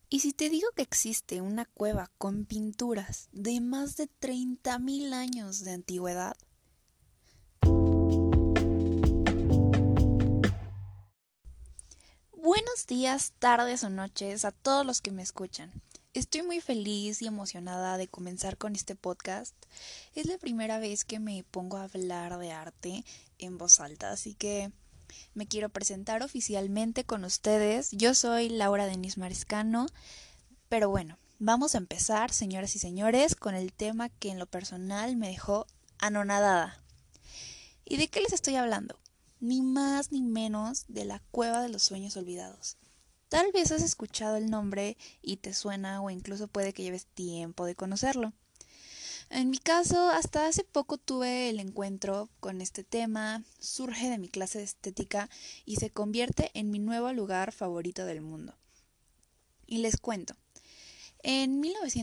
Y si te digo que existe una cueva con pinturas de más de 30.000 años de antigüedad, buenos días, tardes o noches a todos los que me escuchan. Estoy muy feliz y emocionada de comenzar con este podcast. Es la primera vez que me pongo a hablar de arte en voz alta, así que me quiero presentar oficialmente con ustedes. Yo soy Laura Denis Mariscano. Pero bueno, vamos a empezar, señoras y señores, con el tema que en lo personal me dejó anonadada. ¿Y de qué les estoy hablando? Ni más ni menos de la Cueva de los Sueños Olvidados. Tal vez has escuchado el nombre y te suena o incluso puede que lleves tiempo de conocerlo. En mi caso, hasta hace poco tuve el encuentro con este tema, surge de mi clase de estética y se convierte en mi nuevo lugar favorito del mundo. Y les cuento. En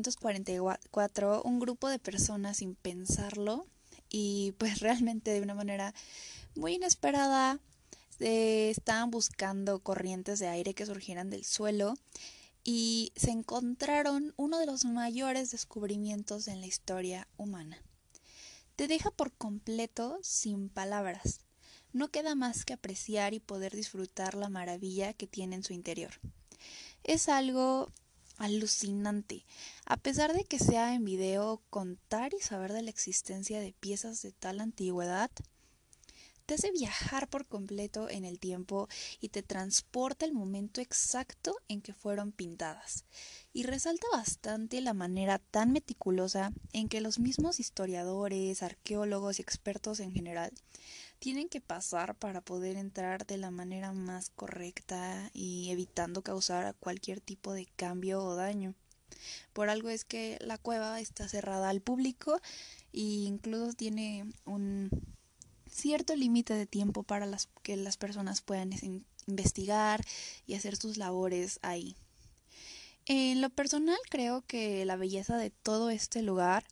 1944, un grupo de personas sin pensarlo y pues realmente de una manera muy inesperada estaban buscando corrientes de aire que surgieran del suelo y se encontraron uno de los mayores descubrimientos en la historia humana. Te deja por completo sin palabras. No queda más que apreciar y poder disfrutar la maravilla que tiene en su interior. Es algo alucinante. A pesar de que sea en video, contar y saber de la existencia de piezas de tal antigüedad te hace viajar por completo en el tiempo y te transporta al momento exacto en que fueron pintadas. Y resalta bastante la manera tan meticulosa en que los mismos historiadores, arqueólogos y expertos en general tienen que pasar para poder entrar de la manera más correcta y evitando causar cualquier tipo de cambio o daño. Por algo es que la cueva está cerrada al público e incluso tiene un cierto límite de tiempo para que las personas puedan investigar y hacer sus labores ahí. En lo personal creo que la belleza de todo este lugar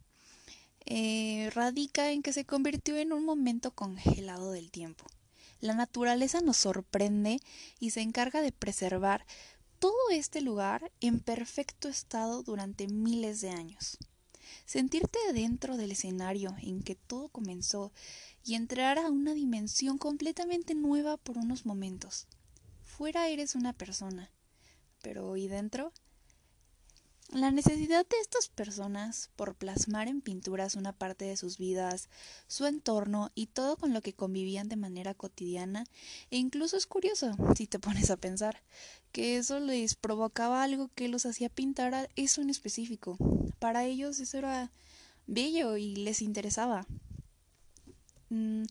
radica en que se convirtió en un momento congelado del tiempo. La naturaleza nos sorprende y se encarga de preservar todo este lugar en perfecto estado durante miles de años. Sentirte dentro del escenario en que todo comenzó y entrar a una dimensión completamente nueva por unos momentos. Fuera eres una persona, pero ¿y dentro? La necesidad de estas personas por plasmar en pinturas una parte de sus vidas, su entorno y todo con lo que convivían de manera cotidiana, e incluso es curioso, si te pones a pensar, que eso les provocaba algo que los hacía pintar a eso en específico. Para ellos eso era bello y les interesaba. Mm,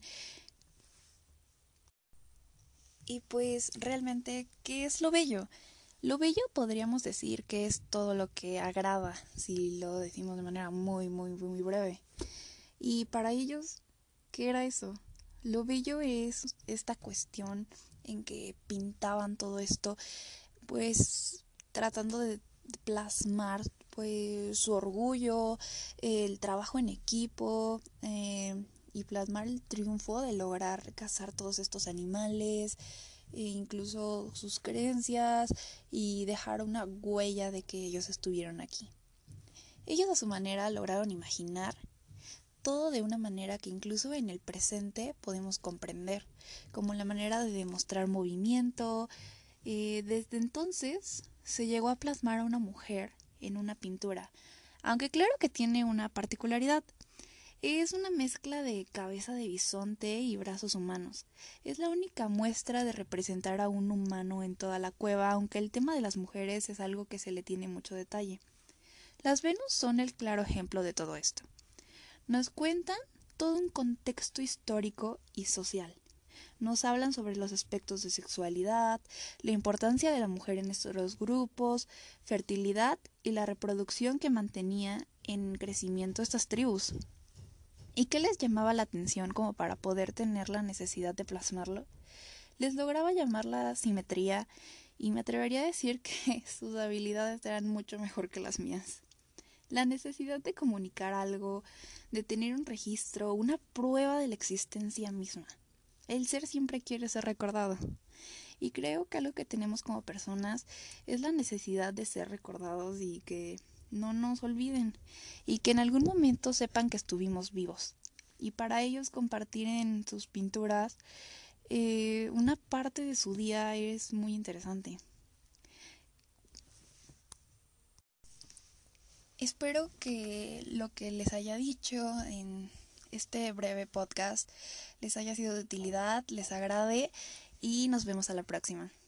y pues realmente, ¿qué es lo bello? Lo bello podríamos decir que es todo lo que agrada, si lo decimos de manera muy breve. Y para ellos, ¿qué era eso? Lo bello es esta cuestión en que pintaban todo esto, pues tratando de plasmar pues su orgullo, el trabajo en equipo y plasmar el triunfo de lograr cazar todos estos animales, e incluso sus creencias y dejar una huella de que ellos estuvieron aquí. Ellos a su manera lograron imaginar todo de una manera que incluso en el presente podemos comprender, como la manera de demostrar movimiento. Desde entonces se llegó a plasmar a una mujer en una pintura, aunque claro que tiene una particularidad. Es una mezcla de cabeza de bisonte y brazos humanos. Es la única muestra de representar a un humano en toda la cueva, aunque el tema de las mujeres es algo que se le tiene mucho detalle. Las Venus son el claro ejemplo de todo esto. Nos cuentan todo un contexto histórico y social. Nos hablan sobre los aspectos de sexualidad, la importancia de la mujer en estos grupos, fertilidad y la reproducción que mantenía en crecimiento estas tribus. ¿Y qué les llamaba la atención como para poder tener la necesidad de plasmarlo? Les lograba llamar la simetría y me atrevería a decir que sus habilidades eran mucho mejor que las mías. La necesidad de comunicar algo, de tener un registro, una prueba de la existencia misma. El ser siempre quiere ser recordado. Y creo que algo que tenemos como personas es la necesidad de ser recordados y que no nos olviden y que en algún momento sepan que estuvimos vivos. Y para ellos compartir en sus pinturas una parte de su día es muy interesante. Espero que lo que les haya dicho en este breve podcast les haya sido de utilidad, les agrade y nos vemos a la próxima.